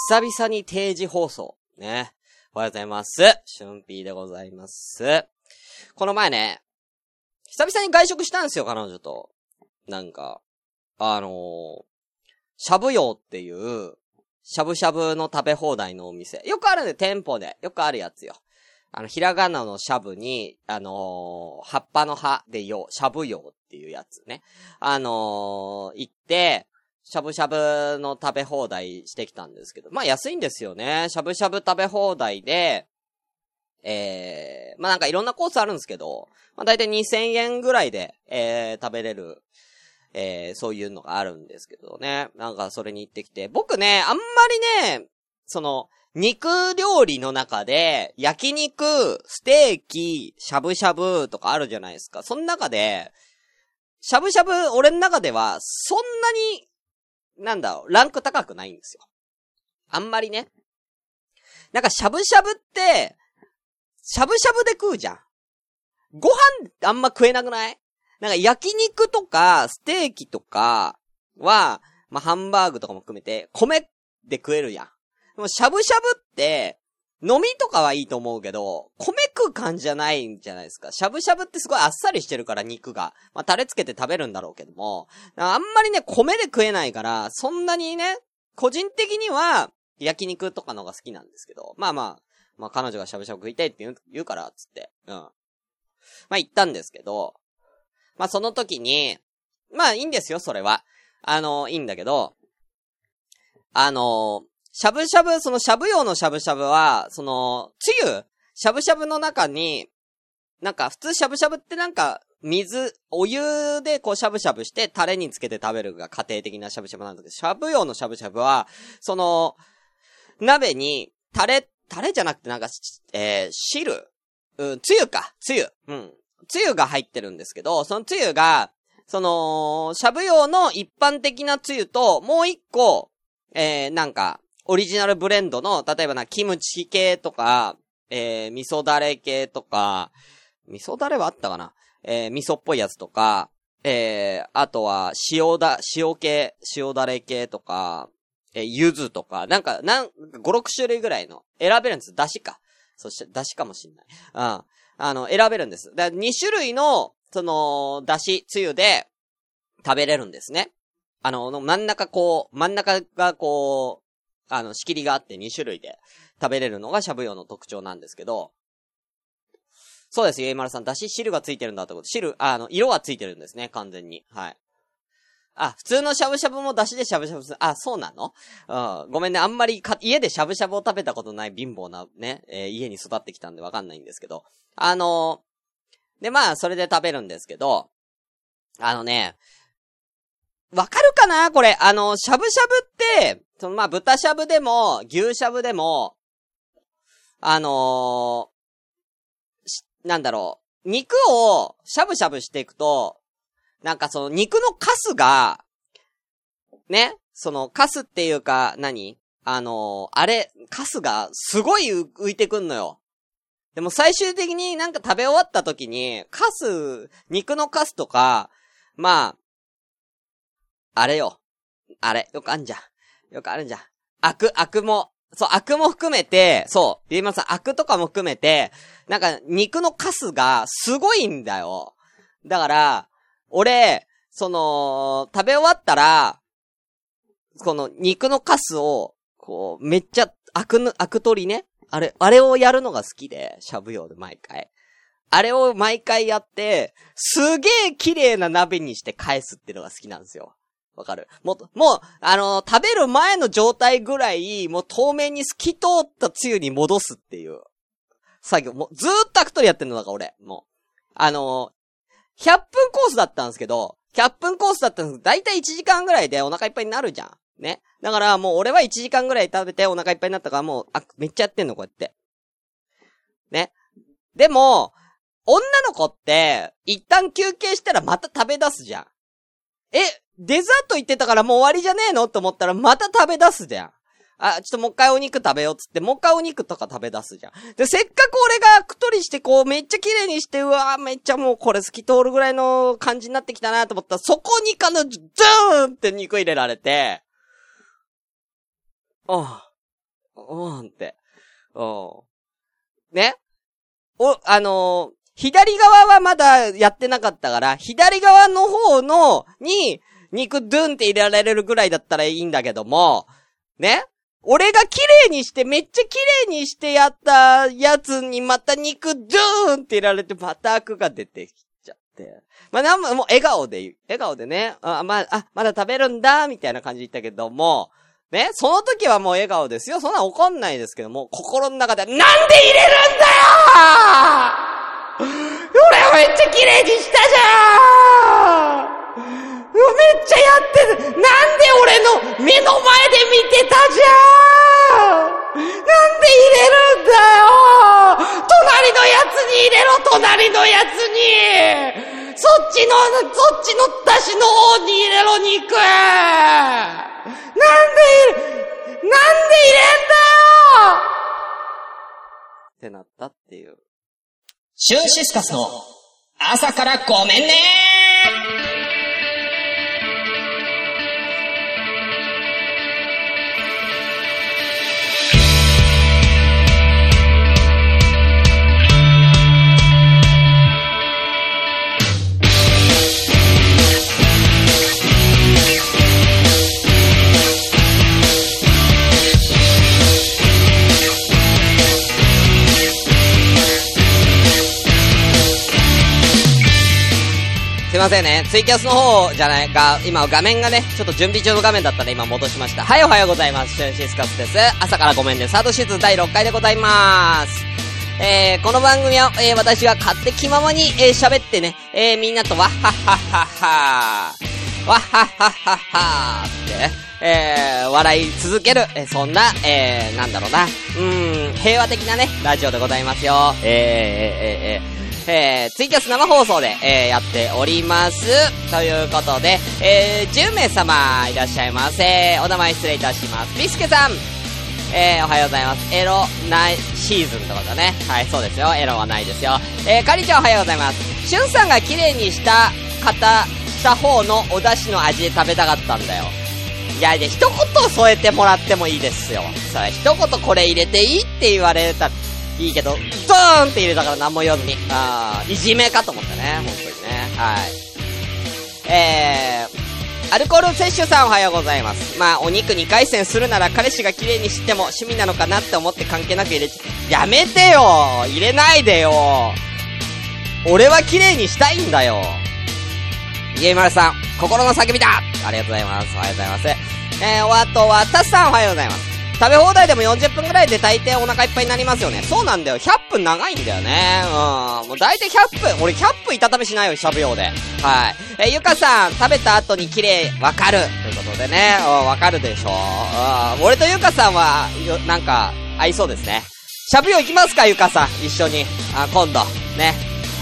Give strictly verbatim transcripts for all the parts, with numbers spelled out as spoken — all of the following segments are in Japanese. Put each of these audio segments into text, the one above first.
久々に定時放送。ね。おはようございます。しゅんぴーでございます。この前ね、久々に外食したんですよ、彼女と。なんか、あのー、しゃぶようっていう、しゃぶしゃぶの食べ放題のお店。よくあるね、店舗で。よくあるやつよ。あの、ひらがなのしゃぶに、あのー、葉っぱの葉でよう、しゃぶようっていうやつね。あのー、行って、しゃぶしゃぶの食べ放題してきたんですけど。まあ安いんですよね。しゃぶしゃぶ食べ放題で、えー、まあなんかいろんなコースあるんですけど、まあだいたいにせんえんぐらいで、えー、食べれる、えー、そういうのがあるんですけどね。なんかそれに行ってきて。僕ね、あんまりね、その、肉料理の中で、焼肉、ステーキ、しゃぶしゃぶとかあるじゃないですか。その中で、しゃぶしゃぶ、俺の中では、そんなに、なんだろう、ランク高くないんですよ。あんまりね。なんかしゃぶしゃぶって、しゃぶしゃぶで食うじゃん。ご飯あんま食えなくない？なんか焼肉とか、ステーキとかは、まあ、ハンバーグとかも含めて、米で食えるやん。でもしゃぶしゃぶって、飲みとかはいいと思うけど、米食う感じじゃないんじゃないですか。しゃぶしゃぶってすごいあっさりしてるから肉が。まあ、タレつけて食べるんだろうけども。あんまりね、米で食えないから、そんなにね、個人的には、焼肉とかのが好きなんですけど。まあまあ、まあ彼女がしゃぶしゃぶ食いたいって言う、言うから、つって。うん。まあ行ったんですけど、まあその時に、まあいいんですよ、それは。あの、いいんだけど、あの、しゃぶしゃぶ、そのしゃぶ用のしゃぶしゃぶは、その、つゆしゃぶしゃぶの中に、なんか普通しゃぶしゃぶってなんか、水、お湯でこうしゃぶしゃぶしてタレにつけて食べるが家庭的なしゃぶしゃぶなんだけど、しゃぶ用のしゃぶしゃぶは、その、鍋にタレ、タレじゃなくてなんか、えー、汁、うん、つゆか、つゆ、うん。つゆが入ってるんですけど、そのつゆが、その、しゃぶ用の一般的なつゆと、もう一個、えー、なんか、オリジナルブレンドの、例えばな、キムチ系とか、えー、味噌だれ系とか、味噌だれはあったかな？えー、味噌っぽいやつとか、えー、あとは、塩だ、塩系、塩だれ系とか、えー、柚子とか、なんか、なん、ご、ろく種類ぐらいの、選べるんです。だしか。そして、だしかもしんない。うん。あの、選べるんです。だに種類の、その、だし、つゆで、食べれるんですね。あの、真ん中こう、真ん中がこう、あの、仕切りがあってに種類で食べれるのがしゃぶ用の特徴なんですけど、そうですよ、ゆいまるさん。だし汁がついてるんだってこと。汁、あの、色はついてるんですね、完全に。はい。あ、普通のしゃぶしゃぶもだしでしゃぶしゃぶする。あ、そうなの？うん。ごめんね、あんまりか、家でしゃぶしゃぶを食べたことない貧乏なね、えー、家に育ってきたんでわかんないんですけど。あのー、で、まあ、それで食べるんですけど、あのね、わかるかなこれ。あの、しゃぶしゃぶって、そのまあ、豚しゃぶでも、牛しゃぶでも、あのー、なんだろう、肉をしゃぶしゃぶしていくと、なんかその肉のカスが、ね、そのカスっていうか、何？あのー、あれ、カスがすごい浮いてくんのよ。でも最終的になんか食べ終わった時に、カス、肉のカスとか、まあ、あれよ。あれ、よくあんじゃん。よくあるんじゃん。アク、アクも、そう、アクも含めて、そう、ゆいまるさん、アクとかも含めて、なんか、肉のカスがすごいんだよ。だから、俺、その、食べ終わったら、この肉のカスを、こう、めっちゃ、アクの、アク取りね。あれ、あれをやるのが好きで、しゃぶ用で毎回。あれを毎回やって、すげえ綺麗な鍋にして返すっていうのが好きなんですよ。わかる？もう、もう、あのー、食べる前の状態ぐらい、もう透明に透き通ったつゆに戻すっていう。作業、もうずーっとアク取りやってんのだから俺、もう。あのー、ひゃっぷんコースだったんですけど、ひゃっぷんコースだったんですけど、だいたいいちじかんぐらいでお腹いっぱいになるじゃん。ね。だからもう俺はいちじかんぐらい食べてお腹いっぱいになったからもう、あ、めっちゃやってんのこうやって。ね。でも、女の子って、一旦休憩したらまた食べ出すじゃん。え、デザート言ってたからもう終わりじゃねえのと思ったらまた食べ出すじゃん。あ、ちょっともう一回お肉食べようっつって、もう一回お肉とか食べ出すじゃん。で、せっかく俺がくとりしてこう、めっちゃ綺麗にして、うわーめっちゃもうこれ透き通るぐらいの感じになってきたなと思ったら、そこに彼女、ズーンって肉入れられて、ああ、 うんって。うん。ね。お、あのー、左側はまだやってなかったから、左側の方の、に、肉ドゥンって入れられるぐらいだったらいいんだけども、ね。俺が綺麗にして、めっちゃ綺麗にしてやったやつにまた肉ドゥーンって入れられてまたアクが出てきちゃって。まあ、なんも、もう笑顔で、笑顔でね、あ、まあ、あ、まだ食べるんだ、みたいな感じで言ったけども、ね、その時はもう笑顔ですよ。そんな怒んないですけども、心の中で、なんで入れるんだよ俺はめっちゃ綺麗にしたじゃんめっちゃやってるなんで俺の目の前で見てたじゃんなんで入れるんだよ隣のやつに入れろ隣のやつにそっちの、そっちの出汁の方に入れろ肉なんで、なんで入れんだよってなったっていう。 シュンシスカスの朝からごめんねすいませんね。ツイキャスの方じゃないか、今画面がね、ちょっと準備中の画面だったら今戻しました。はい、おはようございます。シュンシスカスです。朝からごめんね。サードシーズンだいろっかいでございます。えー、この番組は、えー、私が勝手気ままに、えー、喋ってね、えー、みんなとわっはっはっはっはわっはっはっはっはって、えー、笑い続ける、えー、そんな、えー、なんだろうな、うーん、平和的なね、ラジオでございますよ。えー、えー、えー、えーえー、ツイキャス生放送で、えー、やっております。ということで、えー、じゅうめい様いらっしゃいませ。お名前失礼いたします。ビスケさん。えー、おはようございます。エロないシーズンってことだね。はい、そうですよ。エロはないですよ。えー、カリちゃんおはようございます。シュンさんが綺麗にした方、した方のお出汁の味で食べたかったんだよ。いや、で、一言添えてもらってもいいですよ。さあ、一言これ入れていいって言われたら、いいけど、ドーンって入れたから何も言わずに。あー、いじめかと思ったね。本当にね。はい。えー、アルコール摂取さんおはようございます。まあ、お肉にかい戦するなら彼氏が綺麗にしても趣味なのかなって思って関係なく入れちゃ、やめてよ入れないでよ俺は綺麗にしたいんだよ家丸さん、心の叫びだありがとうございます。おはようございます。えー、おあとは、タスさんおはようございます。食べ放題でもよんじゅっぷんくらいで大抵お腹いっぱいになりますよね。そうなんだよ。ひゃっぷん長いんだよね。うん。もう大体ひゃっぷん。俺ひゃっぷんいたためしないよ、しゃべようで。はい。えー、ゆかさん、食べた後に綺麗、わかる。ということでね。うん、わかるでしょう。うん。俺とゆかさんは、なんか、合いそうですね。しゃべよう行きますか、ゆかさん。一緒に。あ、今度。ね。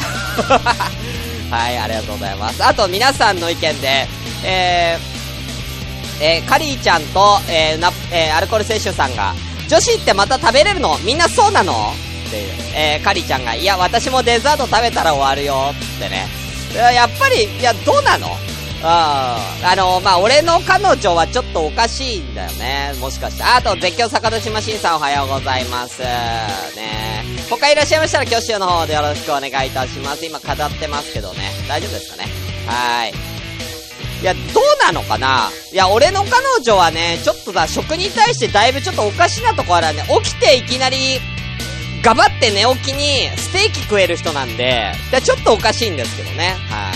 はい、ありがとうございます。あと、皆さんの意見で、えー、えー、カリーちゃんと、えー、な、えー、アルコール摂取さんが、女子ってまた食べれるの？みんなそうなの？っていう。えー、カリーちゃんが、いや、私もデザート食べたら終わるよ、ってね。やっぱり、いや、どうなの？ああの、まあ、俺の彼女はちょっとおかしいんだよね。もしかして。あと、絶叫坂戸島新さんおはようございます。ね。他いらっしゃいましたら、挙手の方でよろしくお願いいたします。今飾ってますけどね。大丈夫ですかね？はーい。いや、どうなのかないや、俺の彼女はね、ちょっとだ、食に対してだいぶちょっとおかしなとこあるね。起きていきなり、ガバって寝起きに、ステーキ食える人なんで、ちょっとおかしいんですけどね。はい。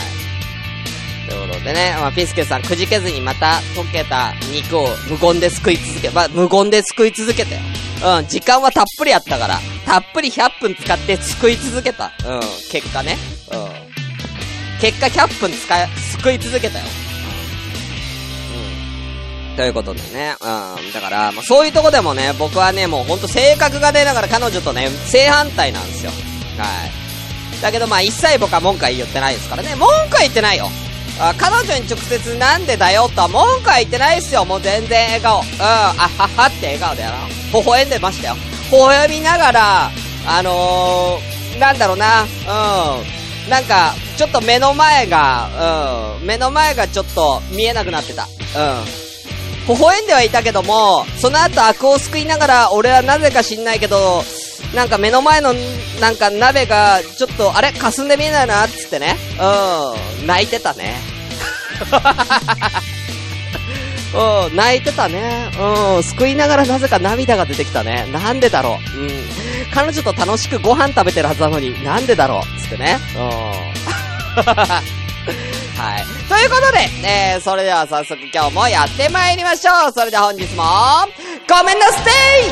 ということでね、まあ、ピスケさん、くじけずにまた溶けた肉を無言ですくい続け、まあ、無言ですくい続けたよ。うん、時間はたっぷりあったから、たっぷりひゃっぷん使ってすくい続けた。うん、結果ね。うん。結果ひゃっぷん使い、すくい続けたよ。ということでね。うん。だから、まあ、そういうとこでもね、僕はね、もうほんと性格が出ながら彼女とね、正反対なんですよ。はい。だけどまあ、一切僕は文句は言ってないですからね。文句は言ってないよ。あ、彼女に直接なんでだよとは文句は言ってないですよ。もう全然笑顔。うん。あははって笑顔だよな。微笑んでましたよ。微笑みながら、あのー、なんだろうな。うん。なんか、ちょっと目の前が、うん。目の前がちょっと見えなくなってた。うん。 微笑んではいたけども、その後悪を救いながら、俺はなぜか知んないけど、なんか目の前の、なんか鍋が、ちょっと、あれ霞んで見えないな、つってね。うん。泣いてたね。うん、泣いてたね。うん、救いながらなぜか涙が出てきたね。なんでだろう。うん。彼女と楽しくご飯食べてるはずなのに、なんでだろう。つってね。うん。はい。ということで、えー、それでは早速今日もやってまいりましょう。それでは本日も、ごめんなステ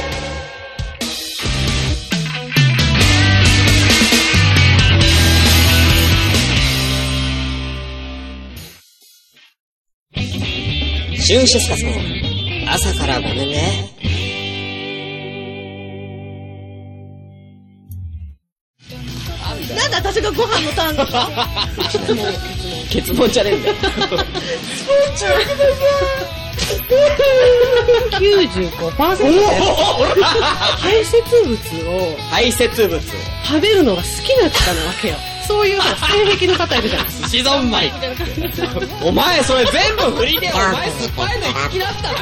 イシュンシスカスの朝からごめんね。 なんで私がご飯のターンだったの？ ケツボンじゃねえんだよ。 きゅうじゅうごパーセント 排泄物を排泄物を食べるのが好きな方なわけよ。そういう性癖の方いるじゃん。 寿司三昧お前それ全部振りでお前酸っぱいの好きだったな。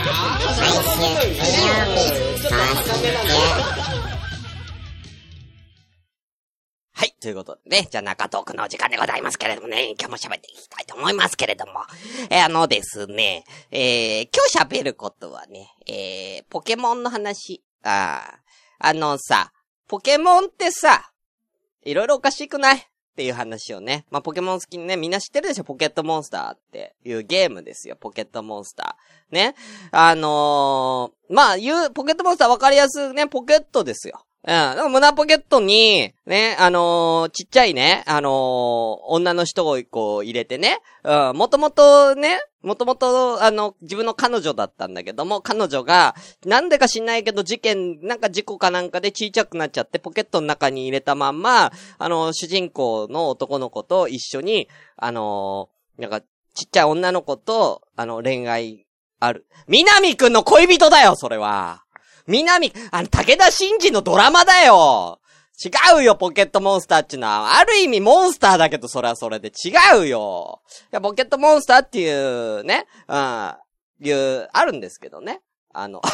はい、ということでね、じゃあ中トークのお時間でございますけれどもね、今日も喋っていきたいと思いますけれども、えー、あのですね、えー、今日喋ることはね、えー、ポケモンの話。ああ、あのさ、ポケモンってさ、いろいろおかしくないっていう話をね。まあ、ポケモン好きにね、みんな知ってるでしょ、ポケットモンスターっていうゲームですよ、ポケットモンスター。ね。あのー、まあ、言う、ポケットモンスターわかりやすくね、ポケットですよ。うん。でも胸ポケットに、ね、あのー、ちっちゃいね、あのー、女の人をこう入れてね、うん、もともとね、もともと、あの、自分の彼女だったんだけども、彼女が、なんでか知んないけど事件、なんか事故かなんかで小さくなっちゃって、ポケットの中に入れたまんま、あの、主人公の男の子と一緒に、あのー、なんか、ちっちゃい女の子と、あの、恋愛ある。南くんの恋人だよ、それは。南、あの、武田真治のドラマだよ。違うよ、ポケットモンスターっていうのは。ある意味モンスターだけど、それはそれで違うよ。いや、ポケットモンスターっていうね、うん、いう、あるんですけどね。あの、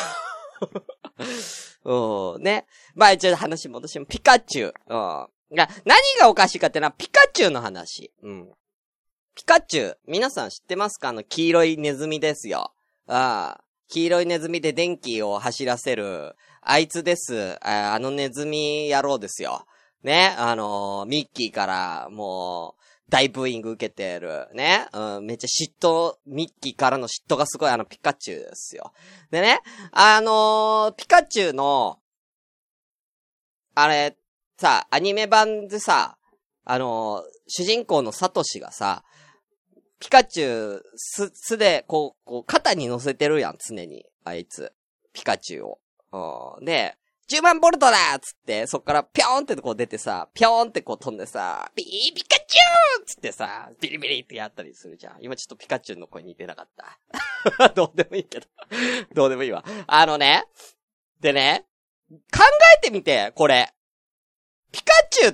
うん、ね。まあ一応話戻しても、ピカチュウ。うん。いや、何がおかしいかってのは、ピカチュウの話。うん。ピカチュウ、皆さん知ってますか？あの、黄色いネズミですよ。ああ。黄色いネズミで電気を走らせる、あいつです。あ, あのネズミ野郎ですよ。ね、あのー、ミッキーからもう、大ブーイング受けてる。ね、うん、めっちゃ嫉妬、ミッキーからの嫉妬がすごいあのピカチュウですよ。でね、あのー、ピカチュウの、あれ、さ、アニメ版でさ、あのー、主人公のサトシがさ、ピカチュウ、す、すで、こう、こう、肩に乗せてるやん、常に。あいつ。ピカチュウを。うん。で、じゅうまんボルトだっつって、そっからぴょーんってこう出てさ、ぴょーんってこう飛んでさ、ピーピカチュウっつってさ、ビリビリってやったりするじゃん。今ちょっとピカチュウの声似てなかった。どうでもいいけど。どうでもいいわ。あのね。でね、考えてみて、これ。ピカチュウって、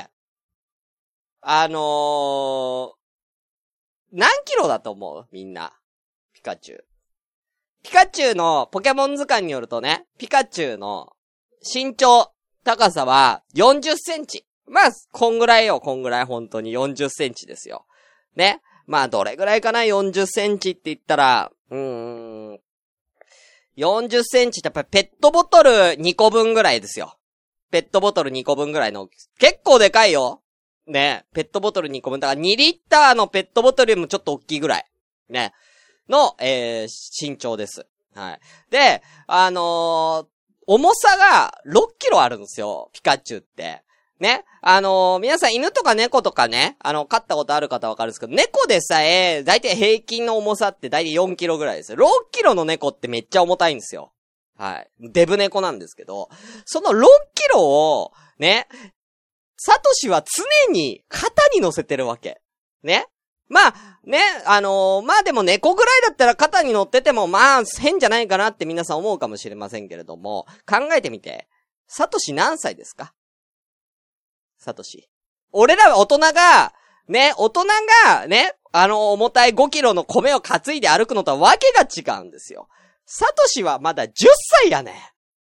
あのー、何キロだと思う？みんな。ピカチュウ。ピカチュウのポケモン図鑑によるとね、ピカチュウの身長、高さはよんじゅっセンチ。まあ、こんぐらいよ、こんぐらい本当によんじゅっセンチですよ。ね。まあ、どれぐらいかな ?よんじゅっセンチって言ったら、うーん。よんじゅっセンチってやっぱりペットボトルにこぶんぐらいですよ。ペットボトルにこぶんぐらいの、結構でかいよ。ね、ペットボトルにこぶん。だからにリッターのペットボトルよりもちょっと大きいぐらい。ね。の、えー、身長です。はい。で、あのー、重さがろっキロあるんですよ。ピカチュウって。ね。あのー、皆さん犬とか猫とかね、あの、飼ったことある方わかるんですけど、猫でさえ、だいたい平均の重さってだいたいよんキロぐらいですよ。ろっキロの猫ってめっちゃ重たいんですよ。はい。デブ猫なんですけど、そのろっキロを、ね、サトシは常に肩に乗せてるわけ。ね。まあ、ね、あのー、まあでも猫ぐらいだったら肩に乗ってても、まあ変じゃないかなって皆さん思うかもしれませんけれども、考えてみて。サトシ何歳ですか？サトシ。俺らは大人が、 ね、大人が、ね、あの重たいごキロの米を担いで歩くのとはわけが違うんですよ。サトシはまだじゅっさいやね。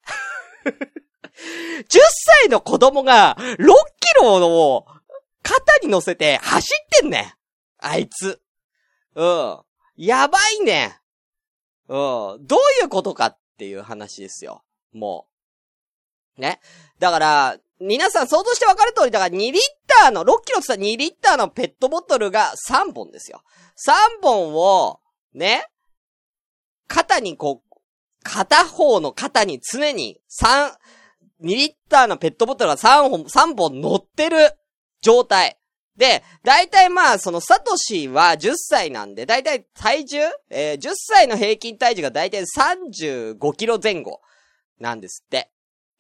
じゅっさいの子供がろっキロを肩に乗せて走ってんねん。あいつ。うん。やばいね。うん。どういうことかっていう話ですよ。もう。ね。だから、皆さん想像してわかる通り、だからにリッターの、ろっキロって言ったらにリッターのペットボトルがさんぼんですよ。さんぼんを、ね。肩にこう、片方の肩に常にさん、にリッターのペットボトルがさんぼん、さんぼん乗ってる状態。で、だいたいまあ、そのサトシはじゅっさいなんで、だいたい体重、えー、じゅっさいの平均体重がだいたいさんじゅうごキロぜん後なんですって。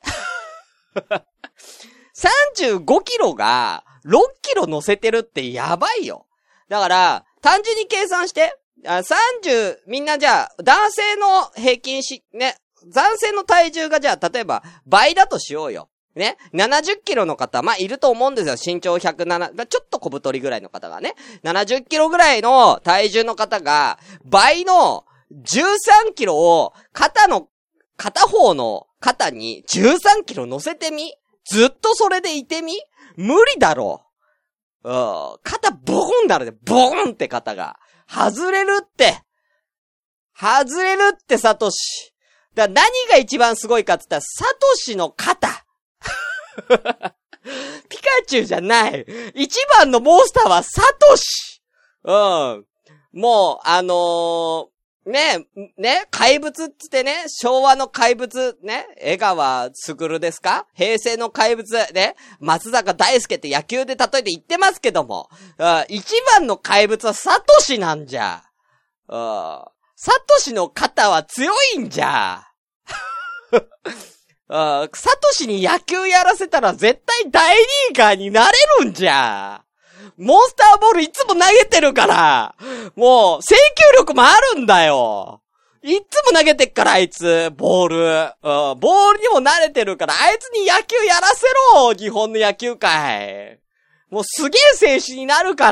さんじゅうごキロがろっキロ乗せてるってやばいよ。だから、単純に計算して、あさんじゅう、みんなじゃあ、男性の平均し、ね、男性の体重がじゃあ、例えば、倍だとしようよ。ね。ななじゅっキロの方、まあ、いると思うんですよ。身長ひゃくなな、ちょっと小太りぐらいの方がね。ななじゅっキロぐらいの体重の方が、倍のじゅうさんキロを、肩の、片方の肩にじゅうさんキロ乗せてみ？ずっとそれでいてみ？無理だろう。うん。肩ボーンだろね。ボーンって肩が。外れるって。外れるって、サトシ。だから何が一番すごいかって言ったら、サトシの肩。ピカチュウじゃない。一番のモンスターはサトシ。うん。もう、あのー、ね、ね、怪物って言ってね、昭和の怪物、ね、江川卓ですか？平成の怪物、ね、松坂大輔って野球で例えて言ってますけども、一番の怪物はサトシなんじゃ。サトシの肩は強いんじゃ。サトシに野球やらせたら絶対大リーガーになれるんじゃ。モンスターボールいつも投げてるから。もう、制球力もあるんだよ。いつも投げてっから、あいつ、ボール。うん、ボールにも慣れてるから、あいつに野球やらせろ、日本の野球界。もうすげえ選手になるから。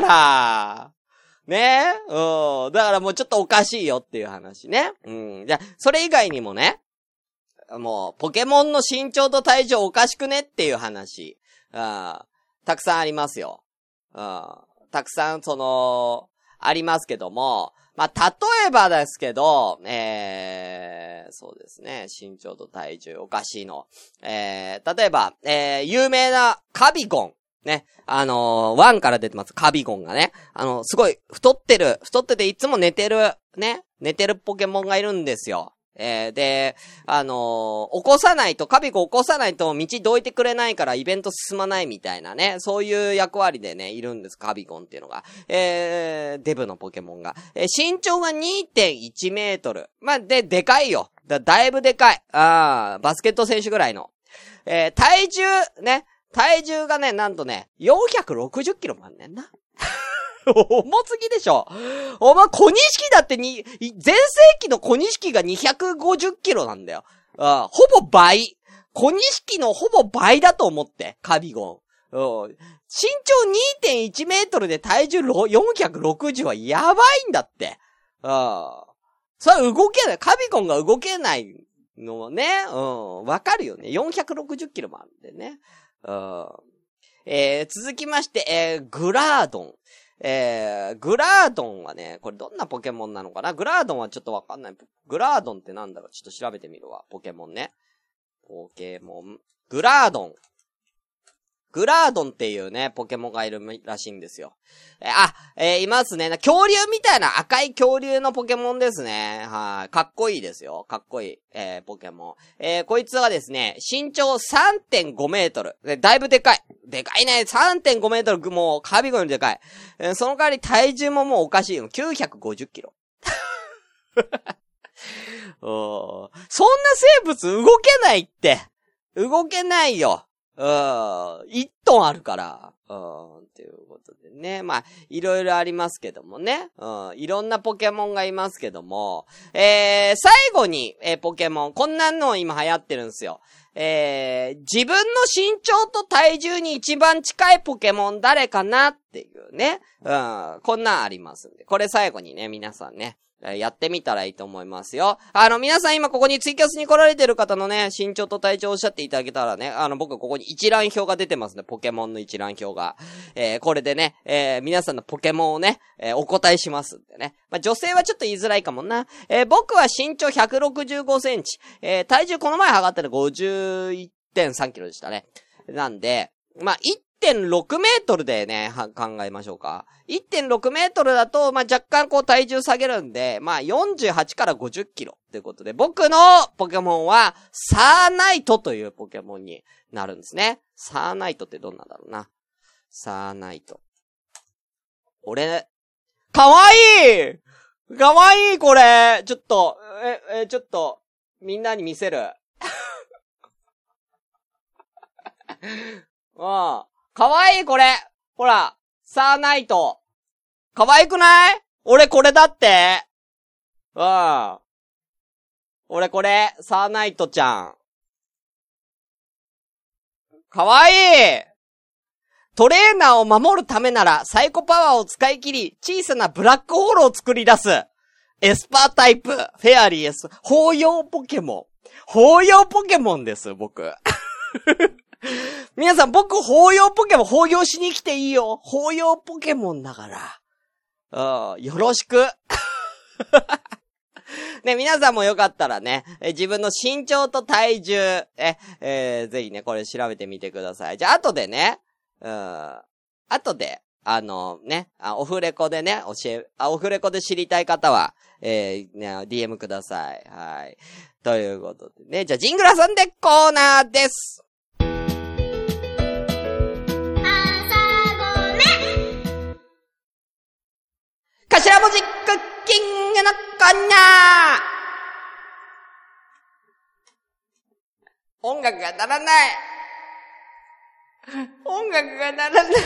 ねうん。だからもうちょっとおかしいよっていう話ね。うん。じゃ、それ以外にもね、もう、ポケモンの身長と体重おかしくねっていう話。うん。たくさんありますよ。うん。たくさん、その、ありますけども、まあ、例えばですけど、えー、そうですね、身長と体重おかしいの。えー、例えば、えー、有名なカビゴン。ね。あのー、ワンから出てます、カビゴンがね。あの、すごい、太ってる、太ってていつも寝てる、ね。寝てるポケモンがいるんですよ。えー、で、あのー、起こさないと、カビゴ起こさないと道どいてくれないからイベント進まないみたいなね、そういう役割でね、いるんです、カビゴンっていうのが。えー、デブのポケモンが。えー、身長が にてんいち メートル。まあ、で、でかいよ。だ、だいぶでかい。あー、バスケット選手ぐらいの。えー、体重、ね、体重がね、なんとね、よんひゃくろくじゅっキロもあんねんな。重すぎでしょ。お前、小錦だってに、前世紀の小錦がにひゃくごじゅっキロなんだよ。あほぼ倍。小錦のほぼ倍だと思って、カビゴン。うん、身長 にてんいち メートルで体重よんひゃくろくじゅうはやばいんだって。あそれは動けない。カビゴンが動けないのもね、うん、わかるよね。よんひゃくろくじゅっキロもあるんでね。うん、えー、続きまして、えー、グラードン。えー、グラードンはね、これどんなポケモンなのかな？グラードンはちょっとわかんない。グラードンってなんだろう？ちょっと調べてみるわ。ポケモンね。ポケモン。グラードン。グラードンっていうね、ポケモンがいるらしいんですよ。えー、あ、えー、いますね。恐竜みたいな赤い恐竜のポケモンですね。はい。かっこいいですよ。かっこいい、えー、ポケモン。えー、こいつはですね、身長 さんてんご メートル。だいぶでかい。でかいね。さんてんご メートル、もう、カビゴンよりでかい。えー、その代わり体重ももうおかしいよ。きゅうひゃくごじゅっキロ。おそんな生物動けないって。動けないよ。うん。一トンあるから。うん、ということでね。まあ、いろいろありますけどもね。うん、いろんなポケモンがいますけども。えー、最後に、えー、ポケモン、こんなの今流行ってるんですよ。えー、自分の身長と体重に一番近いポケモン誰かなっていうね。うん、こんなんありますんで。これ最後にね、皆さんね。やってみたらいいと思いますよ。あの、皆さん今ここにツイキャスに来られてる方のね、身長と体重をおっしゃっていただけたらね、あの、僕ここに一覧表が出てますね、ポケモンの一覧表が。えー、これでね、えー、皆さんのポケモンをね、えー、お答えしますんでね。まあ、女性はちょっと言いづらいかもな。えー、僕は身長ひゃくろくじゅうごセンチ。えー、体重この前測ったら ごじゅういってんさんキロでしたね。なんで、まあ、いってんろくメートルでね、は、考えましょうか。いってんろくメートルだと、まあ、若干こう体重下げるんで、まあ、よんじゅうはちからごじゅっキロということで、僕のポケモンは、サーナイトというポケモンになるんですね。サーナイトってどんなんだろうな。サーナイト。俺、かわいいかわいいこれちょっと、え、え、ちょっと、みんなに見せる。うん。かわいいこれほら、サーナイト。かわいくない俺これだって。うん。俺これ、サーナイトちゃん。かわいいトレーナーを守るためなら、サイコパワーを使い切り、小さなブラックホールを作り出す。エスパータイプ、フェアリーエス、包容ポケモン。包容ポケモンです、僕。皆さん、僕、包容ポケモン、包容しに来ていいよ。包容ポケモンだから。うん、よろしく。ね、皆さんもよかったらね、え自分の身長と体重、え、えー、ぜひね、これ調べてみてください。じゃあ、後でね、うん、後で、あの、ね、あオフレコでね、教え、あ、オフレコで知りたい方は、えー、ね、ディーエム ください。はい。ということでね、じゃあ、ジングラさんでコーナーです。頭文字クッキングのコーナー。音楽が鳴らない。音楽が鳴らない。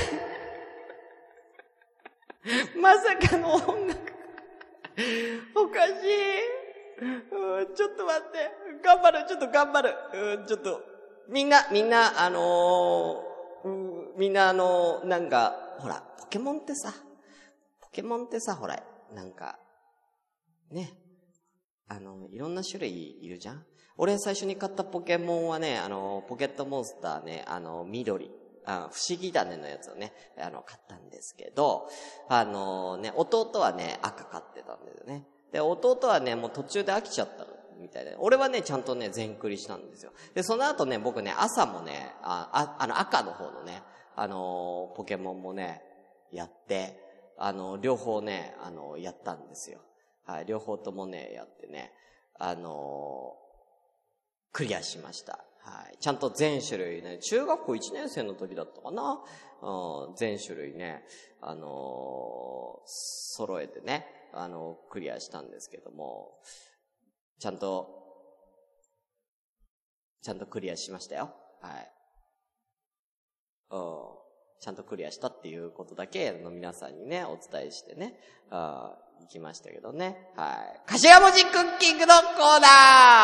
まさかの音楽。おかしい。うん、ちょっと待って。頑張る、ちょっと頑張る。うん、ちょっと。みんな、みんな、あのー、うん、みんなあのー、なんか、ほら、ポケモンってさ、ポケモンってさ、ほら、なんか、ね、あの、いろんな種類いるじゃん？俺最初に買ったポケモンはね、あの、ポケットモンスターね、あの、緑、あ不思議種のやつをね、あの、買ったんですけど、あのね、弟はね、赤買ってたんだよね。で、弟はね、もう途中で飽きちゃったみたいで、俺はね、ちゃんとね、全クリしたんですよ。で、その後ね、僕ね、朝もね、あ、あ、あの、赤の方のね、あの、ポケモンもね、やって、あの、両方ね、あの、やったんですよ。はい、両方ともね、やってね、あのー、クリアしました。はい。ちゃんと全種類ね、中学校いちねん生の時だったかな、うん、全種類ね、あのー、揃えてね、あのー、クリアしたんですけども、ちゃんと、ちゃんとクリアしましたよ。はい。うん。ちゃんとクリアしたっていうことだけの皆さんにね、お伝えしてね、あ行きましたけどね。はい。頭文字クッキングのコーナ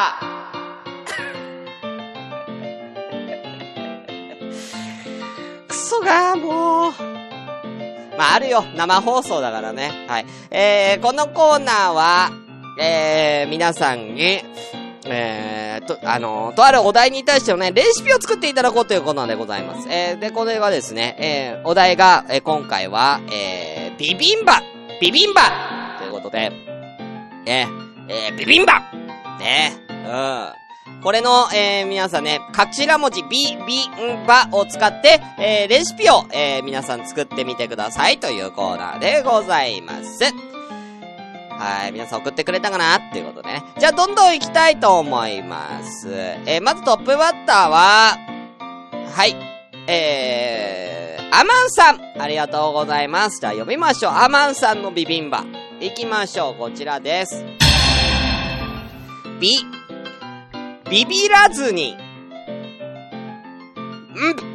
ークソがもう。まあ、あるよ。生放送だからね。はい。えー、このコーナーは、えー、皆さんに、えー、と、あのー、とあるお題に対してのね、レシピを作っていただこうというコーナーでございます。えー、で、これがですね、えー、お題が、えー、今回は、えー、ビビンバビビンバということで、ね、えー、ビビンバね、うん。これの、えー、皆さんね、頭文字ビビンバを使って、えー、レシピを、えー、皆さん作ってみてくださいというコーナーでございます。はい、皆さん送ってくれたかなっていうことでね。じゃあどんどん行きたいと思います。えー、まずトップバッターは、はい、えー、アマンさん、ありがとうございます。じゃあ読みましょう。アマンさんのビビンバ。行きましょう。こちらです。ビ、ビビらずに、ん、ん、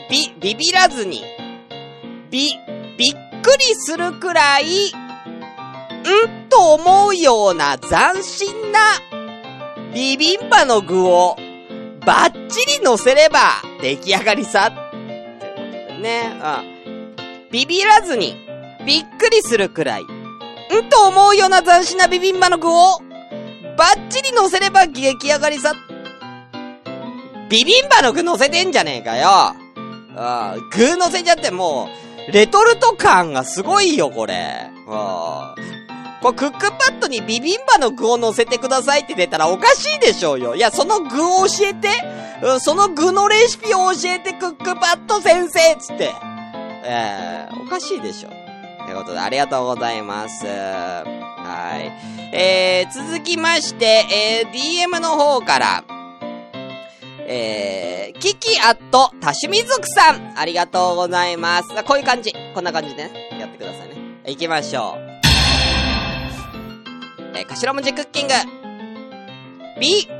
び、ビビらずに、び、びっくりするくらい、んと思うような斬新な、ビビンバの具を、バッチリ乗せれば、出来上がりさ。っていうことでね。うん。ビビらずに、びっくりするくらい、んと思うような斬新なビビンバの具を、バッチリ乗せれば出来上がりさ。ビビンバの具乗せてんじゃねえかよ。ああ、具乗せちゃってもう、レトルト感がすごいよ、これ。ああ。これクックパッドにビビンバの具を乗せてくださいって出たらおかしいでしょうよ。いや、その具を教えて、うん、その具のレシピを教えてクックパッド先生つって。えー、おかしいでしょ。ということで、ありがとうございます。はい。えー、続きまして、えー、ディーエム の方から、えー、キキアット多趣味族さん、ありがとうございます。こういう感じ。こんな感じでね、やってくださいね。行きましょう。えー、頭文字クッキング。ビ、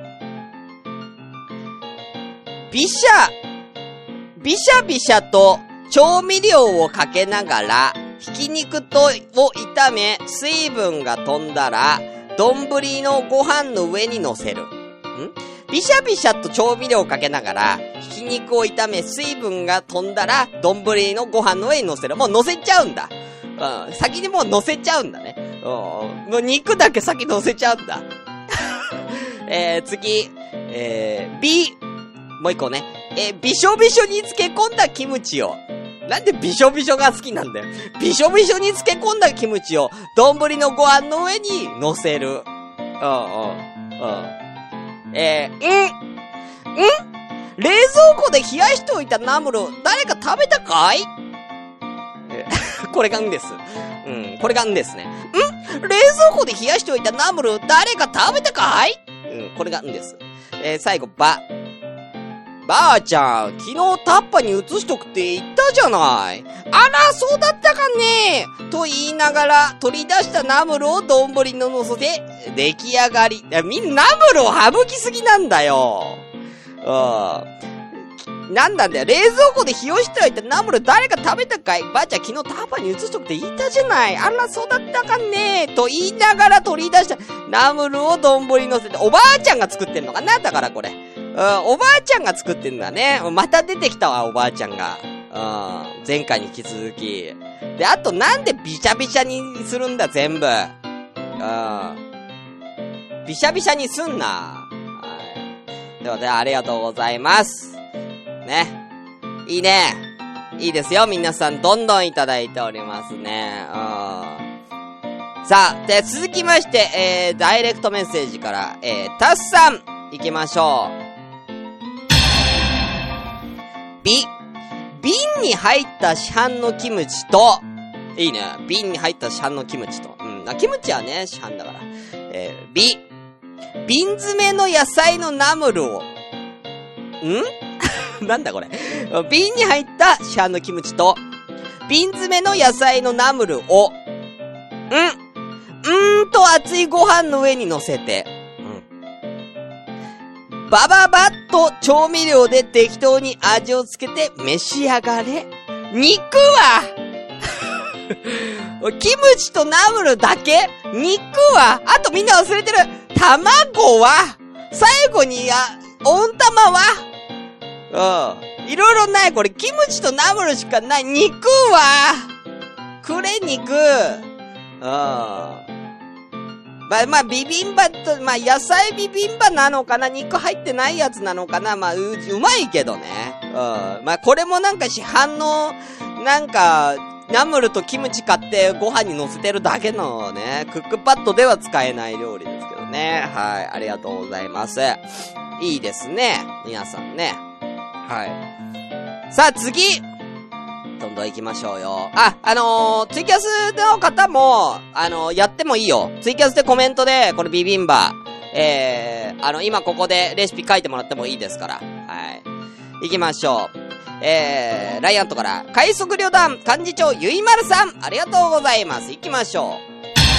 ビシャ、ビシャビシャと調味料をかけながら、ひき肉とを炒め、水分が飛んだら、丼のご飯の上に乗せる。んビシャビシャと調味料をかけながら、ひき肉を炒め、水分が飛んだら、丼のご飯の上に乗せる。もう乗せちゃうんだ。うん。先にもう乗せちゃうんだね。うん。もう肉だけ先乗せちゃうんだ。えー、次。えー、ビ、もう一個ね。えー、びしょびしょに漬け込んだキムチを。なんでびしょびしょが好きなんだよ。びしょびしょに漬け込んだキムチを、丼のご飯の上に乗せる。うんうん。うん。えー、んん冷蔵庫で冷やしておいたナムル、誰か食べたかい？えこれがんです。うん、これがんですね。ん冷蔵庫で冷やしておいたナムル、誰か食べたかい？うん、これがんです。えー、最後、ば。ばあちゃん、昨日タッパに移しとくって言ったじゃない。あら、そうだったかねと言いながら取り出したナムルを丼の乗せて出来上がり。みんなナムルを省きすぎなんだよ。うん。なんなんだよ。冷蔵庫で冷やしておいたナムル誰か食べたかい？ばあちゃん昨日タッパに移しとくって言ったじゃない。あら、そうだったかねと言いながら取り出したナムルを丼に乗せて、おばあちゃんが作ってんのかなだからこれ。うん、おばあちゃんが作ってんだね。また出てきたわ、おばあちゃんが。うん、前回に引き続き。で、あとなんでビシャビシャにするんだ、全部。うん。ビシャビシャにすんな。はい。ということで、ありがとうございます。ね。いいね。いいですよ、皆さん、どんどんいただいておりますね。うん。さあ、で、続きまして、えー、ダイレクトメッセージから、えー、タスさん、行きましょう。び、瓶に入った市販のキムチと、いいね。瓶に入った市販のキムチと。うん。キムチはね、市販だから。えー、び、瓶詰めの野菜のナムルを。んなんだこれ。瓶に入った市販のキムチと、瓶詰めの野菜のナムルを、んうーんと熱いご飯の上に乗せて、バババッと調味料で適当に味をつけて召し上がれ。肉はキムチとナムルだけ？肉はあとみんな忘れてる。卵は最後にや、温玉はうん。いろいろない。これキムチとナムルしかない。肉はくれ肉。うん。まあ、まあ、ビビンバと、まあ、野菜ビビンバなのかな？肉入ってないやつなのかな？まあ、う、うまいけどね。うん。まあ、これもなんか市販の、なんか、ナムルとキムチ買ってご飯に乗せてるだけのね、クックパッドでは使えない料理ですけどね。はい。ありがとうございます。いいですね。皆さんね。はい。さあ、次どんどん行きましょうよ。あ、あのー、ツイキャスの方も、あのー、やってもいいよ。ツイキャスでコメントで、これビビンバ、えー、あの、今ここでレシピ書いてもらってもいいですから。はい。行きましょう。えー、ライアントから、快速旅団幹事長ゆいまるさん、ありがとうございます。行きましょう。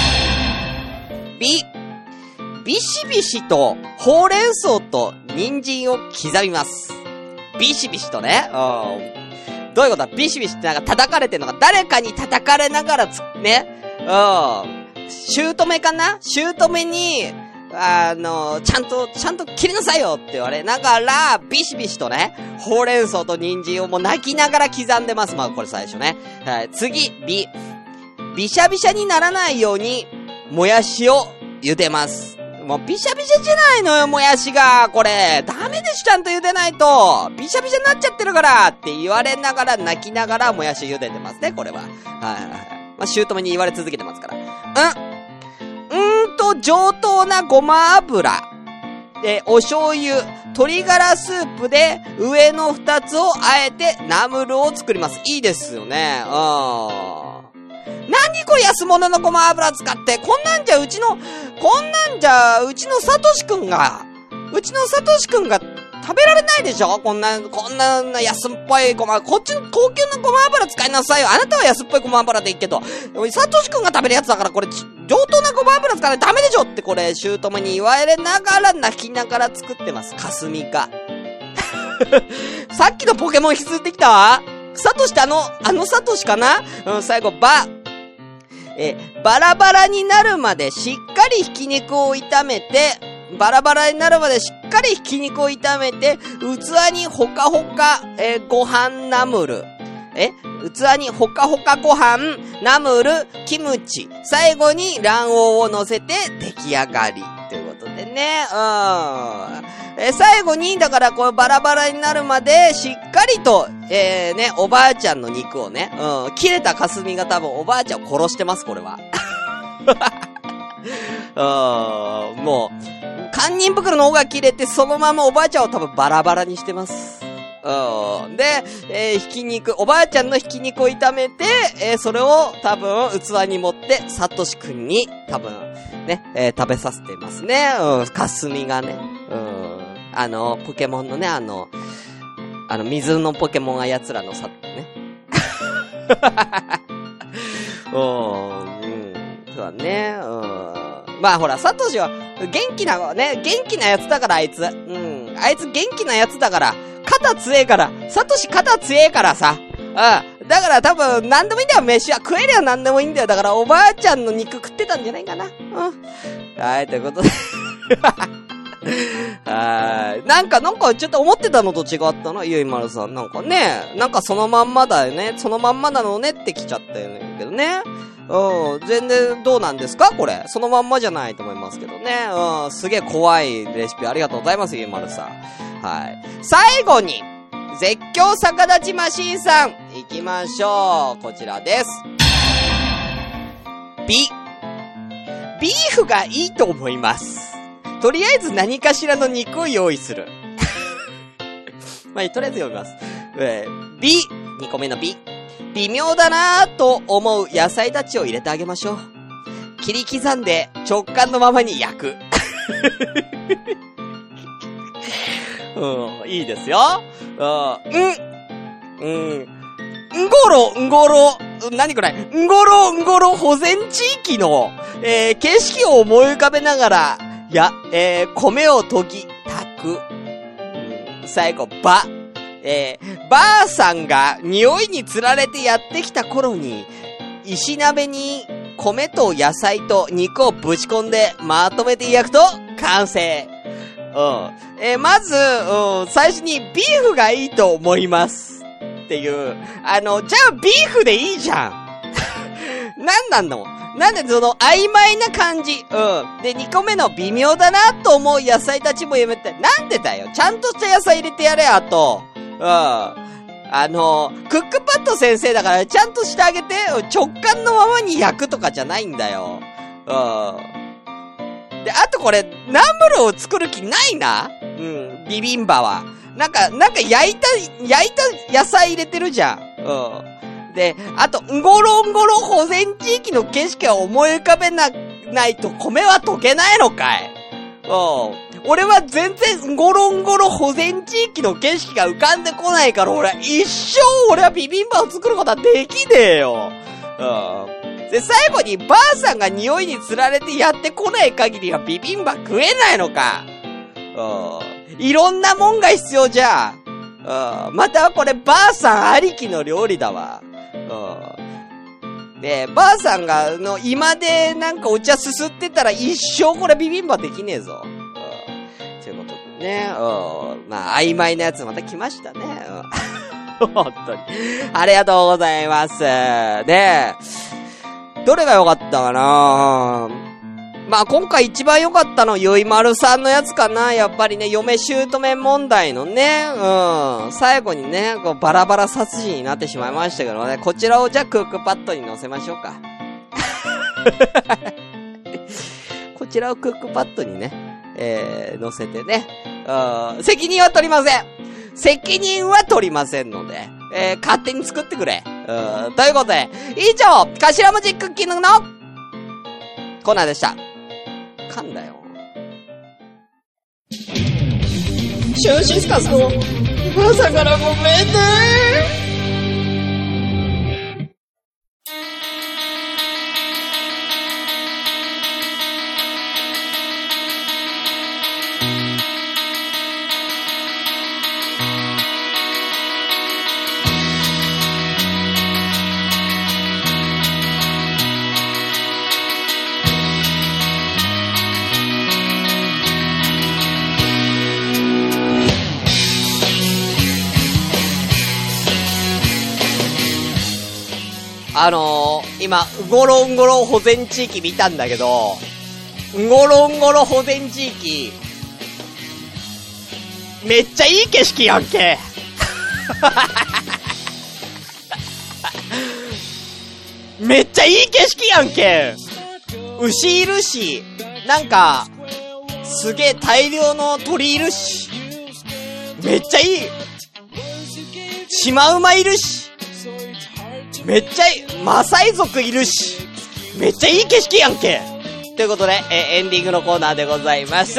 ビ、ビシビシと、ほうれん草と人参を刻みます。ビシビシとね。うん。 どういうことだビシビシってなんか叩かれてんのか誰かに叩かれながらつ、ね。うん。姑かな姑に、あの、ちゃんと、ちゃんと切りなさいよって言われながら、ビシビシとね、ほうれん草と人参をもう泣きながら刻んでます。まあこれ最初ね。はい。次、ビ。ビシャビシャにならないように、もやしを茹でます。もうビシャビシャじゃないのよ、もやしが。これ、ダメでしょ、ちゃんと茹でないと。ビシャビシャになっちゃってるからって言われながら、泣きながらもやし茹でてますね、これは。はいはいはい。まあ、姑に言われ続けてますから。うん。うんと、上等なごま油。で、お醤油、鶏ガラスープで、上の二つをあえてナムルを作ります。いいですよね。うん。何これ安物のごま油使って。こんなんじゃうちの、こんなんじゃうちのサトシくんが、うちのサトシくんが食べられないでしょこんな、こんな安っぽいごま、こっちの高級なごま油使いなさいよ。あなたは安っぽいごま油でいいけど、サトシくんが食べるやつだからこれ、上等なごま油使わないとダメでしょってこれ、姑に言われながら泣きながら作ってます。かすみか。さっきのポケモン引き継いできたわ。サトシってあの、あのサトシかなうん、最後、ば、え、バラバラになるまでしっかりひき肉を炒めて、バラバラになるまでしっかりひき肉を炒めて、器にほかほか、えー、ご飯ナムル。え器にほかほかご飯、ナムル、キムチ。最後に卵黄を乗せて出来上がり。ということでね、うん。えー、最後に、だからこうバラバラになるまでしっかりと、えー、ね、おばあちゃんの肉をね、うん、切れた霞が多分おばあちゃんを殺してます、これは。うん、もう、堪忍袋の尾が切れて、そのままおばあちゃんを多分バラバラにしてます。うん。で、えー、ひき肉、おばあちゃんのひき肉を炒めて、えー、それを多分器に盛って、サトシくんに多分、ね、えー、食べさせてますね。うん、霞がね。うん。あの、ポケモンのね、あの、あの、水のポケモンが奴らのさ、ね。うん、うん、そうだね、うん。まあほら、サトシは、元気な、ね、元気なやつだからあいつ。うん、あいつ元気なやつだから、肩強えから、サトシ肩強えからさ。うん。だから多分、なんでもいいんだよ、飯は。食えりゃなんでもいいんだよ。だからおばあちゃんの肉食ってたんじゃないかな。うん。はい、ということで。はい。なんか、なんか、ちょっと思ってたのと違ったな、ゆいまるさん。なんかね、なんかそのまんまだよね。そのまんまなのねってきちゃったよね。けどね。うん。全然どうなんですかこれ。そのまんまじゃないと思いますけどね。うん。すげえ怖いレシピありがとうございます、ゆいまるさん。はい。最後に、絶叫逆立ちマシーンさん。行きましょう。こちらです。ビ。ビーフがいいと思います。とりあえず何かしらの肉を用意する。まあ、とりあえず読みます。えー、ビ、にこめのビ。微妙だなぁと思う野菜たちを入れてあげましょう。切り刻んで直感のままに焼く。うん、いいですよ。うん、うん、んごろ、んごろ、何これ、んごろ、んごろ保全地域の、えー、景色を思い浮かべながら、や、えー、米を研ぎ、炊く。うん、最後、ば。えー、ばあさんが匂いにつられてやってきた頃に、石鍋に米と野菜と肉をぶち込んでまとめて焼くと完成。うん。えー、まず、うん、最初にビーフがいいと思います。っていう。あの、じゃあビーフでいいじゃん。なんなんのなんでその曖昧な感じ。うん。で、にこめの微妙だなと思う野菜たちもやめて。なんでだよ。ちゃんとした野菜入れてやれ、あと。うん。あの、クックパッド先生だからちゃんとしてあげて。直感のままに焼くとかじゃないんだよ。うん。で、あとこれ、ナムルを作る気ないな。うん。ビビンバは。なんか、なんか焼いた、焼いた野菜入れてるじゃん。うん。で、あと、んごろんごろ保全地域の景色を思い浮かべな、ないと米は溶けないのかい。うん。俺は全然、んごろんごろ保全地域の景色が浮かんでこないから、俺は一生俺はビビンバを作ることはできねえよ。うん。で、最後にばあさんが匂いにつられてやってこない限りはビビンバ食えないのか。うん。いろんなもんが必要じゃん。 うん。またこればあさんありきの料理だわ。うん。で、ばあさんが、の、今でなんかお茶すすってたら一生これビビンバできねえぞ。うん。ということでね、うん。まあ、曖昧なやつまた来ましたね。うん。本当に。ありがとうございます。で、どれが良かったかな？まあ今回一番良かったのゆいまるさんのやつかな。やっぱりね、嫁姑問題のね、うん、最後にね、こうバラバラ殺人になってしまいましたけどね、こちらをじゃあクックパッドに載せましょうか。こちらをクックパッドにね、えー、載せてね、うん、責任は取りません。責任は取りませんので、えー、勝手に作ってくれ。うん、ということで、以上、頭文字クッキングのコーナーでした。噛んだよ。 シュンシスカスの朝からごめんね。 あのー、今、うごろんごろ保全地域見たんだけど、うごろんごろ保全地域、めっちゃいい景色やんけ。めっちゃいい景色やんけ。牛いるし、なんか、すげえ大量の鳥いるし、めっちゃいい。シマウマいるし、めっちゃいい、マサイ族いるし、めっちゃいい景色やんけ。ということで、えー、エンディングのコーナーでございます。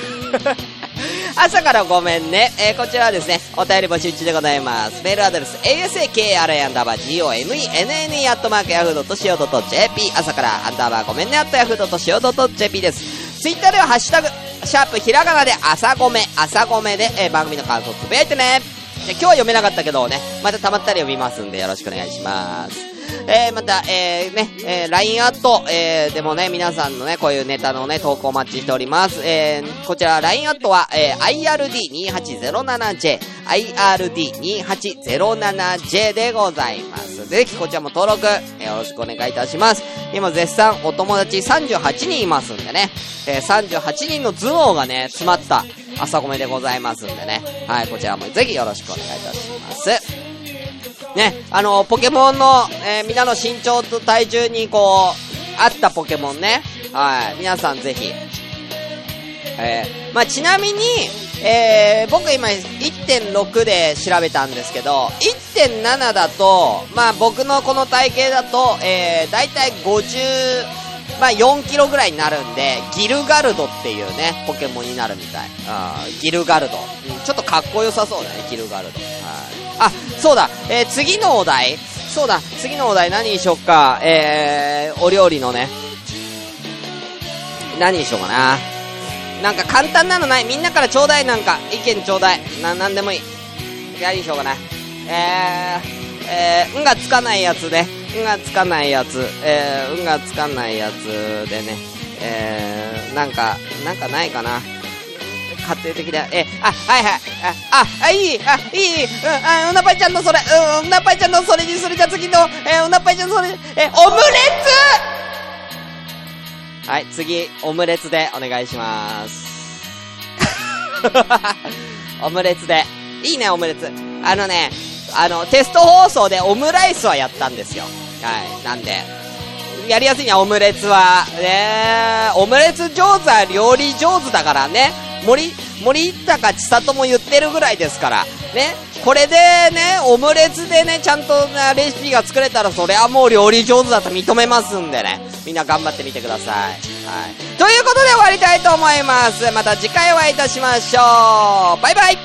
朝からごめんね。えー、こちらはですね、お便り募集中でございます。メールアドレス、エーエスエーケーアールエー アンダーバー ジーオーエムイーエヌエヌイー アットマークヤフードットシーオードットジェーピー 朝からアンダーバーごめんねアットヤフードットシーオードットジェーピー です。ツイッターではハッシュタグ、シャープひらがなで朝ごめ、朝ごめで、えー、番組の感想つぶやいてね。で今日は読めなかったけどね、またたまったら読みますんでよろしくお願いします。えー、また、えー、ね、えー、ライン アット、えー、でもね、皆さんのね、こういうネタのね、投稿お待ちしております。えー、こちら、ライン アットは、えー、アイアールディーにーはちゼロななジェー、アイアールディーにーはちゼロななジェー でございます。ぜひ、こちらも登録、えー、よろしくお願いいたします。今、絶賛、お友達さんじゅうはちにんいますんでね、えー、さんじゅうはちにんの頭脳がね、詰まった朝ごめでございますんでね、はい、こちらもぜひよろしくお願いいたします。ね、あの、ポケモンの、えー、みんなの身長と体重にこう、合ったポケモンね。はい。皆さんぜひ。えー、まあ、ちなみに、えー、僕今 いってんろく で調べたんですけど、いってんなな だと、まあ、僕のこの体型だと、えー、だいたいごじゅう、まあ、よんキロぐらいになるんで、ギルガルドっていうね、ポケモンになるみたい。あギルガルド、うん。ちょっとかっこよさそうだね、ギルガルド。はい。あ、そうだ、えー、次のお題。そうだ、次のお題何にしよっか。えー、お料理のね。何にしようかな。なんか簡単なのない？みんなからちょうだい、なんか、意見ちょうだい。な、なんでもいい。何にしようかな。えー、えー、んがつかないやつね。んがつかないやつ。えー、んがつかないやつでね。えー、なんか、なんかないかな。家庭的だ。え、あ、はいはい。あ、あ、いい、あ、いい、うん、あ、うなぱいちゃんのそれ、うん、うなぱいちゃんのそれにする。じゃあ次の、えー、うなぱいちゃんのそれ、え、オムレツ！はい、次、オムレツでお願いします。オムレツで。いいね、オムレツ。あのね、あの、テスト放送でオムライスはやったんですよ。はい、なんで。やりやすいね、オムレツは。ねオムレツ上手は料理上手だからね。森、森高千里も言ってるぐらいですから。ね。これでね、オムレツでね、ちゃんとレシピが作れたら、それはもう料理上手だと認めますんでね。みんな頑張ってみてください。はい。ということで終わりたいと思います。また次回お会いいたしましょう。バイバイ。